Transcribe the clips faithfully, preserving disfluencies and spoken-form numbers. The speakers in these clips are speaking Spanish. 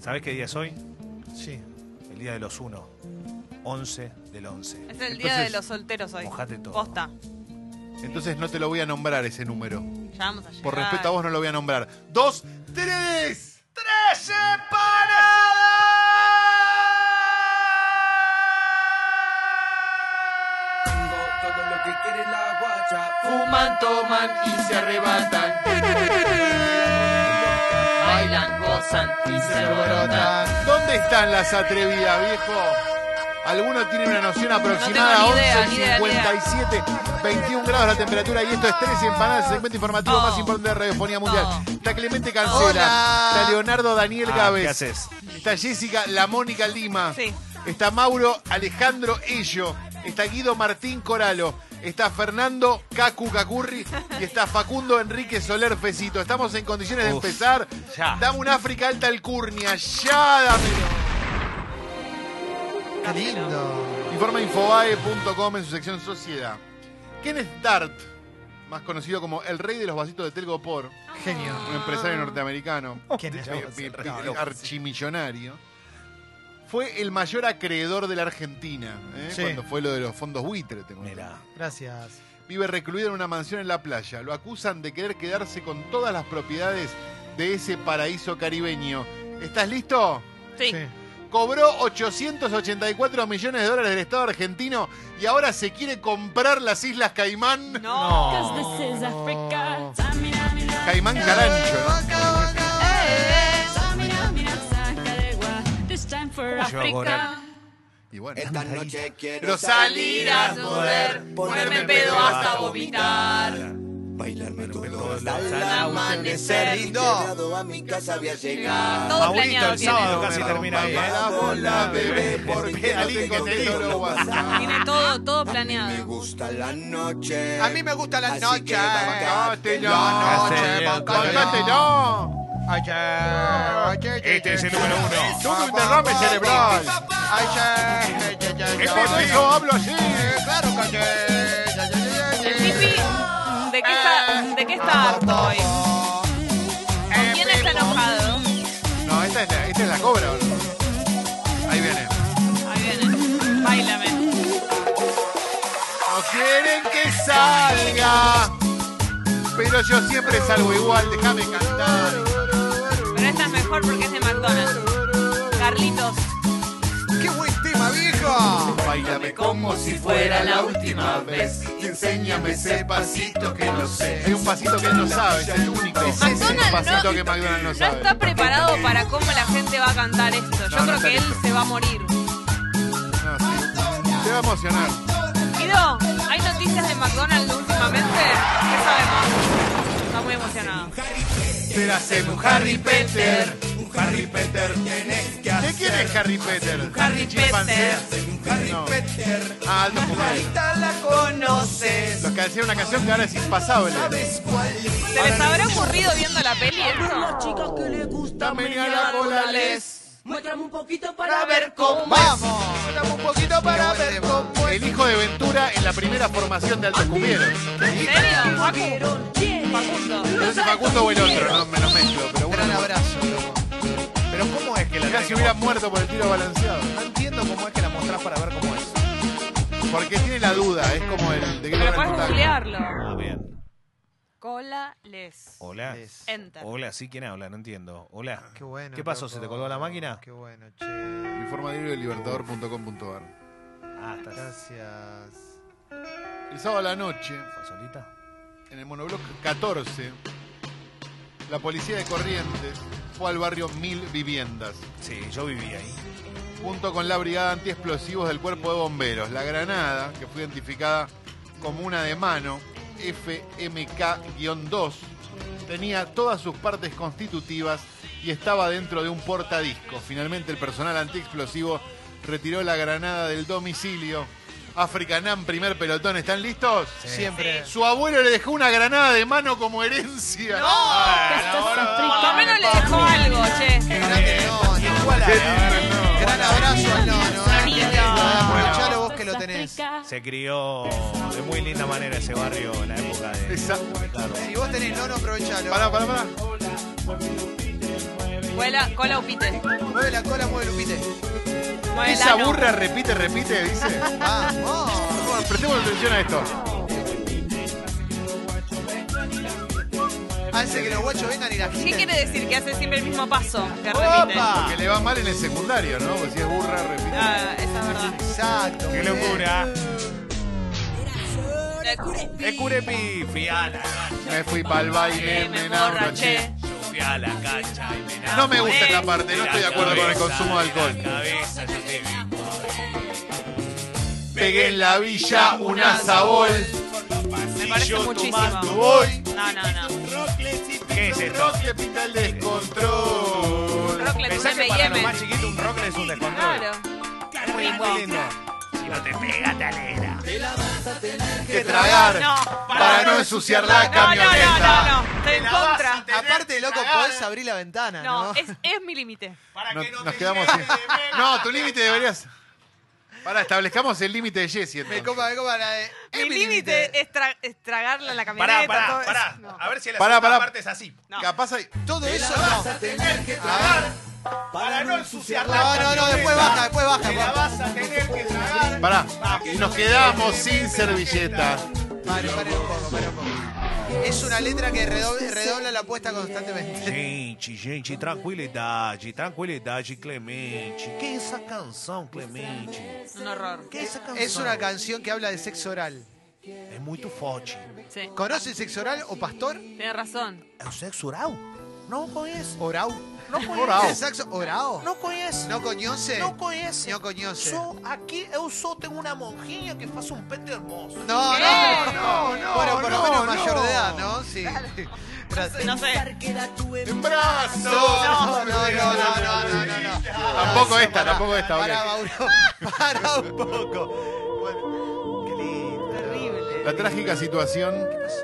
¿Sabés qué día es hoy? Sí. El día de los uno. once del once. Es el día Entonces, de los solteros hoy. mojate todo. Posta. Entonces no te lo voy a nombrar ese número. Ya vamos a llegar. Por respeto a vos no lo voy a nombrar. Dos, tres. ¡Tres Todo lo que quiere la guacha. Fuman, toman y se arrebatan. Bailan, gozan y se alborotan. ¿Dónde están las atrevidas, viejo? Algunos tienen una noción aproximada. No tengo ni idea, once, ni idea, cincuenta y siete, veintiún grados la temperatura. Y esto es tres empanadas, el segmento informativo Oh. más importante de la radiofonía mundial. Oh. Está Clemente Cancela. Hola. Está Leonardo Daniel Ah, Gávez. ¿qué haces? Está Jessica La Mónica Lima. Sí. Está Mauro Alejandro Ello. Está Guido Martín Coralo. Está Fernando Cacu Cacurri. Y está Facundo Enrique Soler Fecito. Estamos en condiciones de Uf, empezar. ya. Dame un África Alta Alcurnia. Ya, dámelo. Qué lindo. Informa Infobae punto com en su sección Sociedad. Kenneth Dart, más conocido como el rey de los vasitos de Telgopor, Genio. un empresario norteamericano, ¿Quién es? mi- mi- sí, mi- no. archimillonario, fue el mayor acreedor de la Argentina, ¿eh? Sí. Cuando fue lo de los fondos buitre. Te conté. Mira. Gracias. Vive recluido en una mansión en la playa. Lo acusan de querer quedarse con todas las propiedades de ese paraíso caribeño. ¿Estás listo? Sí. Cobró ochocientos ochenta y cuatro millones de dólares del Estado argentino y ahora se quiere comprar las Islas Caimán. No. Caimán Carancho, ¿no? Eh, ¿Cómo se va a cobrar? Y bueno, Esta noche quiero pero salir a poder ponerme pedo hasta vomitar. bailarme todo todo hasta hasta el el amanecer. lindo. Integrado a mi casa voy a llegar. Todo Maurito, planeado el tiene. sábado casi termina ahí, ¿eh? la bola, bebé, porque no te contesto WhatsApp. Tiene todo, todo Me planeado. gusta la noche. A mí me gusta la Así noche. que bancátelo. Cantátelo, Cantátelo. cantátelo. Ayer, ayer, Este es el número uno. Tuve un derrame cerebral. Ayer, ayer, ayer, Por eso hablo así. Claro que ayer, ayer, ayer, El Pipi, ¿de qué está, de qué está harto hoy? ¿Con quién está enojado? No, esta es la, esta es la cobra, boludo. Ahí viene. Ahí viene. Báilame. No quieren que salga, pero yo siempre salgo igual. Déjame cantar. Pero esta es mejor porque es de McDonald's. Carlitos. ¡Qué buen tema, viejo! Báilame como si fuera la última vez y enséñame ese pasito que no sé. Hay un pasito que él no sabe, es el único. Es ese McDonald's pasito no, que McDonald's no no sabe. está preparado para cómo la gente va a cantar esto. Yo No, no creo está que él listo. se va a morir. No, sí. Te va a emocionar. Guido, ¿hay noticias de McDonald's últimamente? ¿Qué sabemos? Está muy emocionado. Te la hacemos un Harry Potter. Un Harry Potter tenés que hacer. ¿De quién es Harry Potter? Harry Chimpancé. Potter. No. Ah, Aldo Fumari. la conoces. Los que hacían una canción que ahora es impasable. ¿Se les habrá ocurrido viendo la peli esto? Chicas que le gusta Dame a la cola les. Muéstrame un poquito para ver cómo ¡Vamos! Dame un poquito para ver cómo es. El hijo de Ventura en la primera formación de Altos Cumbiero. ¿En serio? Facu. Facundo. No sé si Facundo o el otro, no me lo mezclo, pero Gran bueno. abrazo, loco. Pero ¿cómo es que la Mirá tenés si que hubiera mostrar? muerto por el tiro balanceado. No entiendo cómo es que la mostrás para ver cómo es. Porque tiene la duda, es como el de que Pero no puedes resulta- googlearlo. Ah, bien. Cola les. Hola. Les. Enter. Hola, ¿sí? ¿Quién habla? No entiendo. Hola. Qué bueno. ¿Qué pasó? loco. ¿Se te colgó la máquina? Qué bueno, che. Informa diario de libertador punto com punto ar. Ah, estás Gracias. El sábado a la noche, solita. en el monobloc catorce, la policía de Corrientes fue al barrio Mil Viviendas, Sí, yo viví ahí. junto con la brigada antiexplosivos del cuerpo de bomberos. La granada, que fue identificada como una de mano, F M K dos, tenía todas sus partes constitutivas y estaba dentro de un portadiscos. Finalmente el personal antiexplosivo retiró la granada del domicilio. Africanam, primer pelotón, ¿están listos? Siempre. Su abuelo le dejó una granada de mano como herencia. ¡No! Ah, Por lo menos le dejó algo, che. Qué grande, no, no. Qué lindo, no. Gran abrazo al nono. Lindo. Aprovechalo vos que lo tenés. Se crió de muy linda manera ese barrio en la época de... Esa- Claro. Si vos tenés nono, aprovechalo. Pará, pará, pará. Vuela, cola upite. Mueve la cola, mueve el upite. Mueve el Esa ano. burra repite, repite, dice. Vamos. Bueno, prestemos atención a esto. Hace que los guachos vengan y la agiten. ¿Qué quiere decir? Que hace siempre el mismo paso, que repite. ¡Opa! Que le va mal en el secundario, ¿no? Porque si es burra, repite. Ah, esa es verdad. Exacto. ¡Qué muy bien. locura! La- ¡Eh, curepi! Fui a la Me fui pa'l baile, Me me emborraché. emborraché. fui a la cancha y me No me gusta Eh, esta parte, no estoy de acuerdo con el consumo de alcohol. Cabeza, yo te vi. Pegué en la villa un asabol. Me parece muchísimo. Voy. No, no, no. ¿Qué es esto? Que pinta el descontrol. Rocklet, un Pensá que M para y los M. más chiquitos un rock es un descontrol. Claro. Es muy, muy lindo. Si no te pega, te alegra. Que tragar No. para no ensuciar la No, no, no, camioneta. no, no. Estoy en contra. Aparte, loco, podés abrir la ventana, ¿no? No, es, es mi límite. Para No, que no nos te quedamos llegue sin. de menos. No, tu límite deberías. Pará, establezcamos el límite de Jessie. Me entonces. copa, me copa la de... Mi límite es, tra- es tragarla en la Pará, camioneta. pará, todo eso. pará. No. A ver si la Pará, segunda pará. parte es así. No. Capaz hay. Todo eso no. Tener que tragar para no ensuciar la No, no, no, camioneta. después baja, después baja. Te la pa. vas a tener que tragar. Pará. Y nos quedamos sin servilleta. Vale, paren un poco, paren un poco. Es una letra que redobla, redobla la apuesta constantemente. Gente, gente, tranquilidade, tranquilidade, Clemente. Que essa canção, Clemente? Un horror. Que essa canção? Es una canción que habla de sexo oral. É muito forte. Sí. ¿Conoce sexo oral o pastor? Tienes razón. É o sexo oral? Não conheço. Orau. Não conheço. Oral. ¿El sexo orao? Não conheço. ¿No conoce? Não conheço. No conoce. Sou, aqui eu sou, tenho uma monjinha que faz um pente hermoso. No, ¿Qué? no, no, no. Bueno, por lo no, menos no. mayor de edad, ¿no? Sí. Gracias. No sé. En brazo. No, no, no, no, no, no, no, no. Tampoco esta, Pará, tampoco esta, ok. Pará, Mauro. Pará un poco. Bueno, qué lindo. Terrible. La trágica situación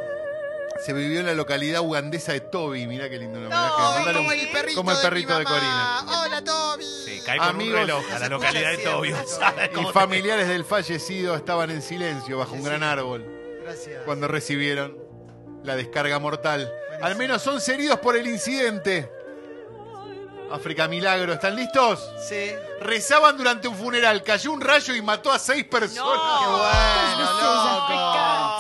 se vivió en la localidad ugandesa de Toby. Mirá qué lindo el homenaje. Toby, Mándale un- como el perrito, como el perrito de, de mi mamá. Corina. Hola, Toby. Sí, cae con Amigos, un reloj a la se localidad de escucha Tobio. siempre. ¿Sabes Y cómo te- familiares del fallecido estaban en silencio bajo un gran árbol Gracias. cuando recibieron la descarga mortal. Al menos once heridos por el incidente. África Milagro, ¿están listos? Sí. Rezaban durante un funeral, cayó un rayo y mató a seis personas. Qué bueno, loco.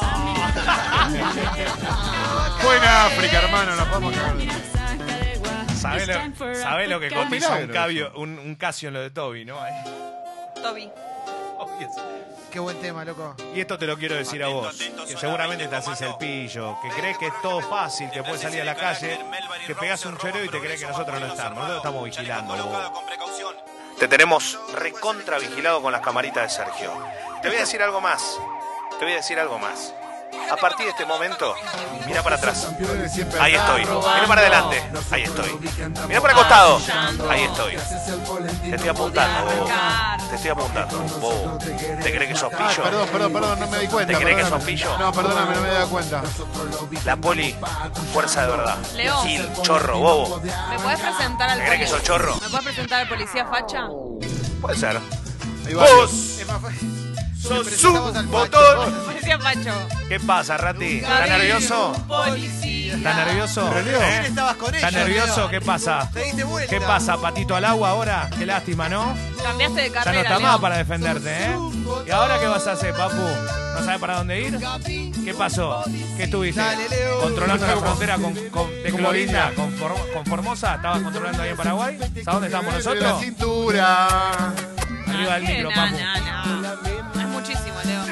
Buena África, hermano, nos vamos a ¿Sabés lo, sabés lo que Con cotiza un, milagro. cabio, un, un Casio en lo de Toby, no? Eh. Toby. Qué buen tema, loco. Y esto te lo quiero decir a vos, que seguramente te haces el pillo, que crees que es todo fácil, que puedes salir a la calle, que pegás un choreo y te crees que nosotros no estamos. Nosotros estamos vigilando. Te tenemos recontra vigilado con las camaritas de Sergio. Te voy a decir algo más. Te voy a decir algo más. A partir de este momento, mira para atrás. Ahí estoy. Mira para adelante. Ahí estoy. Mira para el costado. Ahí estoy. Te estoy apuntando, bobo. Te estoy apuntando, bobo. ¿Te crees que sos Ay, pillo? perdón, perdón, perdón, no me di cuenta. ¿Te crees que perdóname. sos pillo? No, perdóname, no me he dado cuenta. La poli, fuerza de verdad. Leo. Gil, chorro, bobo. ¿Me puedes presentar al ¿Te crees que sos policía? chorro? ¿Me puedes presentar al policía facha? Puede ser. Ahí va. Vos Es más fácil. sos presentamos al un Pacho. botón. Policía facho. ¿Qué pasa, Rati? ¿Estás nervioso? Policía. ¿Estás nervioso? Recién ¿Eh? estabas con ella. ¿Estás nervioso? Leo. ¿Qué pasa? Te diste vuelta. ¿Qué pasa, patito al agua ahora? Qué lástima, ¿no? Cambiaste de Ya no carrera, está Leo. más para defenderte, ¿eh? ¿Y ahora qué vas a hacer, papu? ¿No sabes para dónde ir? ¿Qué pasó? ¿Qué estuviste? Dale, Leo. ¿Controlando la frontera con, con, de Clorinda con, For- con Formosa? ¿Estabas controlando ahí en Paraguay? ¿Sabes dónde estamos De la nosotros? cintura. Arriba del ¿Qué? micro, No, papu. no, no. Es muchísimo, Leo.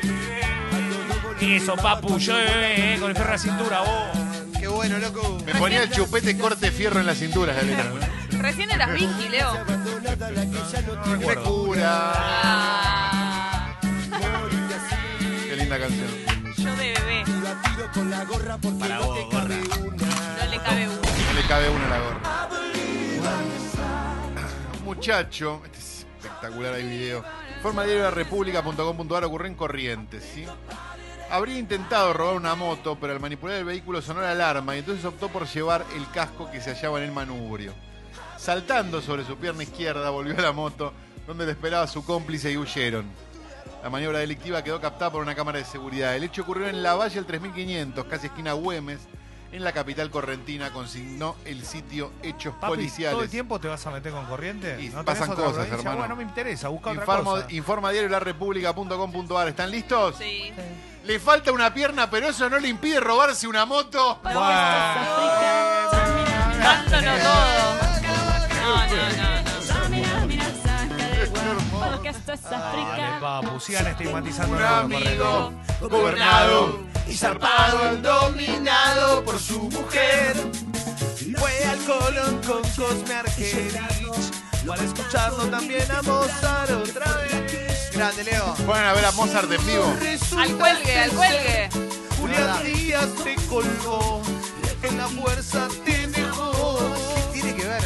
Eso, papu, yo eh, con el ferro a la cintura, vos. Qué bueno, loco. Me ponía el chupete corte fierro en la cintura, la letra. ¿no? Recién eras Vicky, Leo. Me cura. Ah, Qué linda canción. yo de bebé. Para vos, gorra. No le cabe uno. No le cabe una a la gorra. Un muchacho, este es espectacular, hay video. Forma diario de república punto com punto ar ocurrió en Corrientes, ¿sí? Habría intentado robar una moto, pero al manipular el vehículo sonó la alarma y entonces optó por llevar el casco que se hallaba en el manubrio. Saltando sobre su pierna izquierda, volvió a la moto, donde le esperaba su cómplice y huyeron. La maniobra delictiva quedó captada por una cámara de seguridad. El hecho ocurrió en la Valle del tres mil quinientos, casi esquina Güemes, en la capital correntina, consignó el sitio Hechos Papi, Policiales. ¿todo el tiempo te vas a meter con corriente? Y ¿No tenés pasan otra cosas, provincia? hermano. Bueno, no me interesa, busca otra Informo, cosa. informa diario la república punto com punto ar. ¿Están listos? Sí. Le falta una pierna, pero eso no le impide robarse una moto. Bueno. Dándolo todo. No, no, no, no. Dale, papu, sigan estigmatizando Un a los amigo correntinos. gobernado y zarpado, dominado por su mujer. Fue al Colón con Cosme Argerich para escucharlo también a Mozart otra vez. Grande, Leo. Pueden a ver a Mozart en vivo. Al cuelgue, al cuelgue. Julián Díaz te colgó, en la fuerza te dejó. ¿Qué tiene que ver?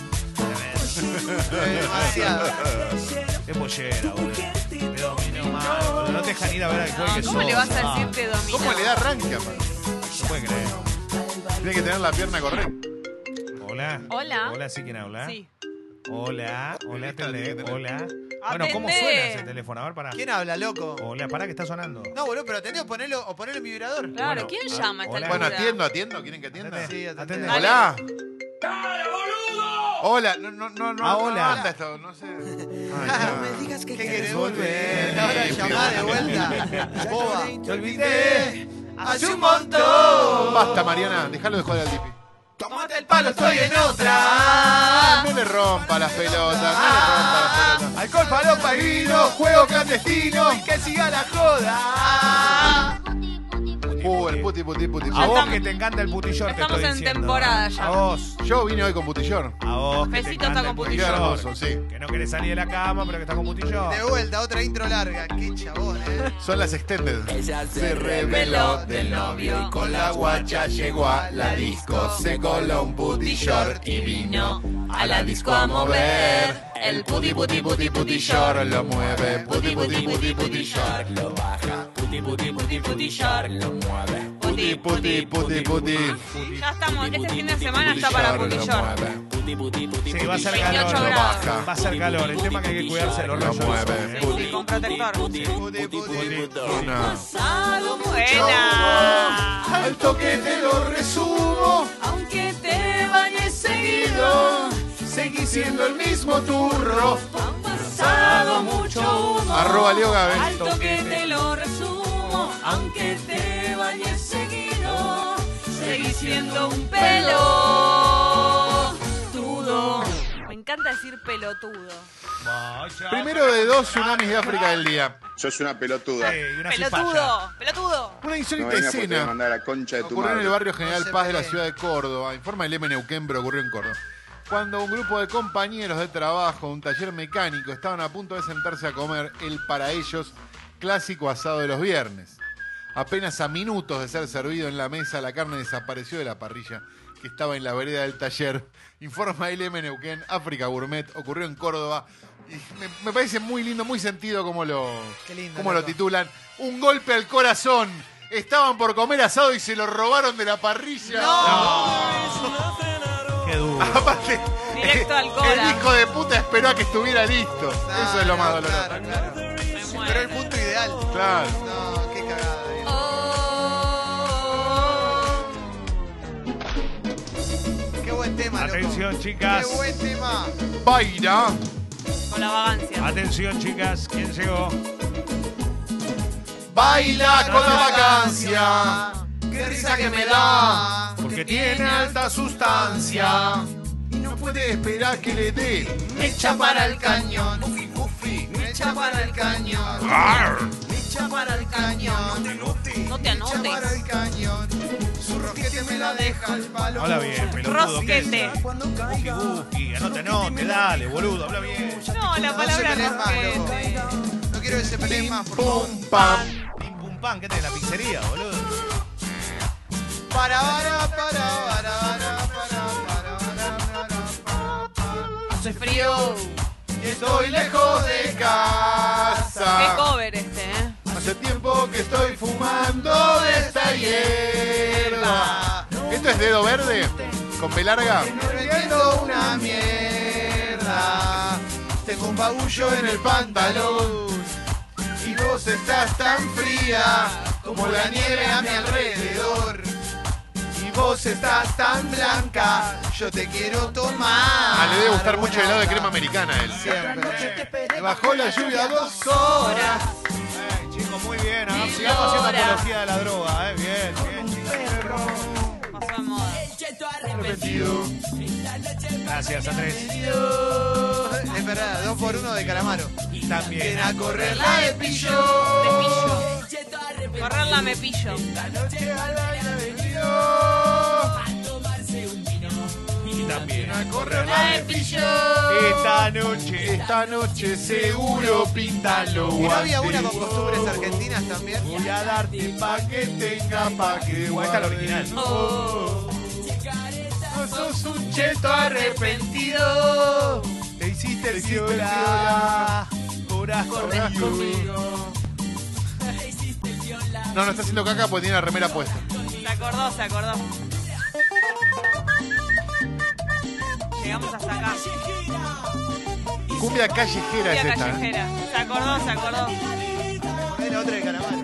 Demasiado. Qué pollera, boludo. Me dominó mal, boludo. No te dejan ir a ver al cuelgue No, ¿cómo solo. le vas a Ah, decir te dominó? ¿Cómo le da arranque, aparte? No puede creer. Tiene que tener la pierna correcta. Hola. Hola. Hola, ¿sí quién habla? Sí. Hola. Hola, atendé. Atendé. Hola. Bueno, ¿cómo Atendé. suena ese teléfono? A ver, pará. ¿Quién habla, loco? Hola, pará que está sonando. No, boludo, pero atendé o ponelo, o ponelo en vibrador. Claro, Bueno, ¿quién ah, llama a esta hola. Bueno, altura? atiendo, atiendo. ¿Quieren que atienda? Atendé. Sí, atendé. Atendé. Dale. Hola. Hola. No, no, no, no. Ah, hola. No anda esto, no sé. Ay, ya. ¿Qué querés volver? Ahora llamá de vuelta. Boba. Te olvidé. Hace un montón. Basta, Mariana. Déjalo de joder al Dipi. Tómate el palo, estoy en Ah, otra. no le rompa las pelotas. No le rompa las pelotas. Alcohol, falopa y vino, juego clandestino y que siga la joda. Uh, el puti, puti, puti. A Ya vos estamos- que te encanta el putillor, te estamos estoy en diciendo. temporada ya. A vos. Yo vine hoy con butillón. A vos que te Besito encanta está el con Qué butillón. hermoso, sí. Que no querés salir de la cama, pero que está con butillor. De vuelta, otra intro larga. Qué chabón, eh. Son las extended. Ella Se reveló del novio y con la guacha llegó a la disco, se coló un puti short y vino a la disco a mover. El puti puti puti puti short lo mueve, puti puti puti puti short lo baja, puti puti puti puti short lo mueve, puti puti puti puti. Ya estamos, este fin de semana está para putillor. Sí, va a ser veintiocho calor. grados. Va a ser calor. El tema es que hay que cuidarse los Lo rayos. mueve. ¿eh? Sí, con protector. Puti, puti. Una. Pasado buena. Al toque te lo resumo, Aunque te bañes seguido, seguí siendo el mismo turro. han pasado mucho humo. Arroba Leo Gávez. Al toque te lo resumo, aunque te bañes seguido, seguís siendo un pelotudo. Me encanta decir pelotudo. Vaya. Primero de dos tsunamis de África del día. Sos una pelotuda. Sí, y una cipaya. Pelotudo, pelotudo. Una No insólita vengas porque te voy a escena mandar a la concha de tu ocurrió en madre. el barrio General No se Paz de la peleen. ciudad de Córdoba. Informa el M Neuquén, pero ocurrió en Córdoba. Cuando un grupo de compañeros de trabajo de un taller mecánico estaban a punto de sentarse a comer el para ellos clásico asado de los viernes. Apenas a minutos de ser servido en la mesa, la carne desapareció de la parrilla que estaba en la vereda del taller. Informa el M Neuquén, África Gourmet, ocurrió en Córdoba. Y me, me parece muy lindo, muy sentido como lo, Qué lindo, como lo loco. titulan. Un golpe al corazón. Estaban por comer asado y se lo robaron de la parrilla. Qué duro. Aparte, Directo al el cora. hijo de puta esperó a que estuviera listo. Eso es lo más doloroso. Claro, claro. Me Pero muero. el punto ideal. Claro. No, qué cagada. eh. Oh, Qué buen tema, loco. Atención, chicas. Qué buen tema. Baila. con la vagancia. Atención, chicas. ¿Quién llegó? Baila con la vacancia. Qué risa que me da. Porque tiene alta sustancia. Y no puede esperar que le dé. Me echa para el cañón. Me echa para el cañón. Me echa para el cañón. No te Me echa para anotes. el cañón. Su rosquete me la deja al palo. Habla bien, pelotudo. ¿Qué es? Rosquete. Buki, buki. Anote, anote, dale, boludo. Habla bien. No, la No se palabra peleen más, loco. rosquete. No quiero que se peleen más, por favor. Pum, pam. Pim, pum, pam. ¿Qué tenés? La pizzería, boludo. Para, para, para, para, para, para, para, para, para. Hace frío. Estoy lejos de Qué casa. cover este, ¿eh? Hace tiempo que estoy fumando de esta hierba. ¿Esto es dedo verde? ¿Con B larga? Metiendo una mierda. Tengo un bagullo en el pantalón. Y vos estás tan fría como la nieve a mi alrededor. Y vos estás tan blanca, yo te quiero tomar. Ah, le debe gustar mucho el helado de crema americana a él. Siempre. Me bajó la lluvia dos horas. Eh, chicos, muy bien. ¿no? Mil Sigamos haciendo horas. apología de la droga. Eh. Bien, bien, chicos. Pasó de moda. Arrepentido. Gracias, Andrés. Es verdad, dos por uno de Calamaro. También. Ven a correrla de pillo. De pillo. Correrla me pillo. Y también. A correr La de pillo. Esta noche. esta noche seguro pintan los ¿Y no había guantes. una con costumbres argentinas también? Voy a darte Pa' que tenga, pa' que Igual está la guarde. original. Oh. No sos un cheto arrepentido. Te hiciste Te el hiciste el viola. Corás Corrás conmigo. No, no está haciendo caca porque tiene la remera puesta. Se acordó, se acordó. Llegamos hasta acá. Cumbia callejera es Vía esta. ¿eh? callejera. Se acordó, se acordó. Es la otra de Calamaro.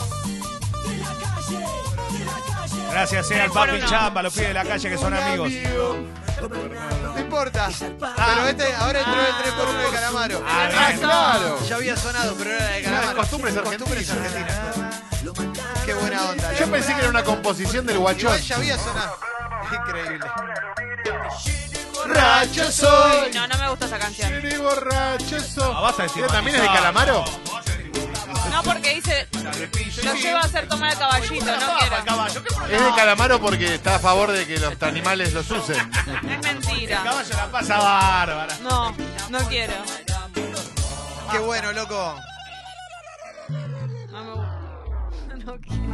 Gracias, eh, al Tres por papi uno. Chamba, los pibes de la calle que son amigos. No importa. Pero este, ahora entró el tres por uno de Calamaro. Ah, Ah, bien. claro. Ya había sonado, pero era de Calamaro. Costumbres Costumbres argentinas. argentinas. Qué buena onda. Yo pensé que era una composición del guachón. Igual ya había sonado. Increíble. Borracho soy. No, no me gusta esa canción. Seré borracho soy. Ah, basta de ¿Ella también es de Calamaro? No, porque dice, lo llevo a hacer tomar el caballito, no quiero. Caballo, ¿qué Es de Calamaro porque está a favor de que los animales los usen. Es mentira. caballo la pasa bárbara? No, no quiero. Qué bueno, loco. No me gusta. No quiero.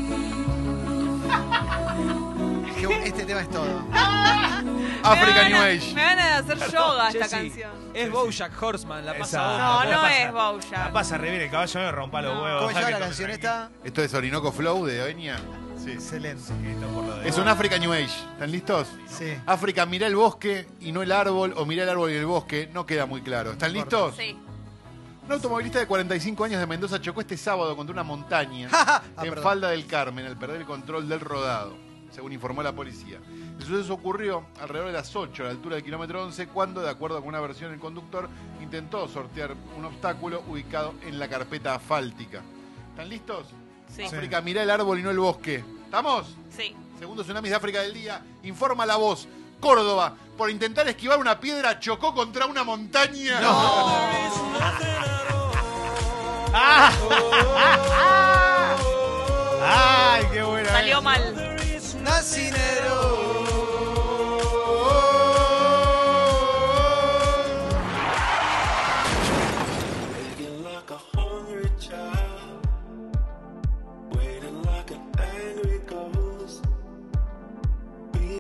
Qué bu- Este tema es todo. African Me New van a- Age. Me van a hacer yoga esta Jessy, canción. es Bojack Horseman, la pasa Exacto. onda. No, la no pasa- es La Bojack. pasa re bien el caballo, me rompa los huevos. ¿Cómo dejá llama que la tome canción tranquilo. esta? Esto es Orinoco Flow de Oña. Sí. Excelente. Esto por lo de- Es un African New Age. ¿Están listos? Sí. África, mirá el bosque y no el árbol, o mirá el árbol y el bosque. No queda muy claro. ¿Están listos? Sí. Un automovilista de cuarenta y cinco años de Mendoza chocó este sábado contra una montaña Ah, en perdón. Falda del Carmen al perder el control del rodado, según informó la policía. El suceso ocurrió alrededor de las ocho a la altura del kilómetro once, cuando, de acuerdo con una versión, el conductor intentó sortear un obstáculo ubicado en la carpeta asfáltica. ¿Están listos? Sí. África, mirá el árbol y no el bosque. ¿Estamos? Sí. Segundo tsunamis de África del día, informa La Voz. Córdoba, por intentar esquivar una piedra, chocó contra una montaña. ¡Ah! ¡Ay, qué bueno! Salió mal. Nacinero.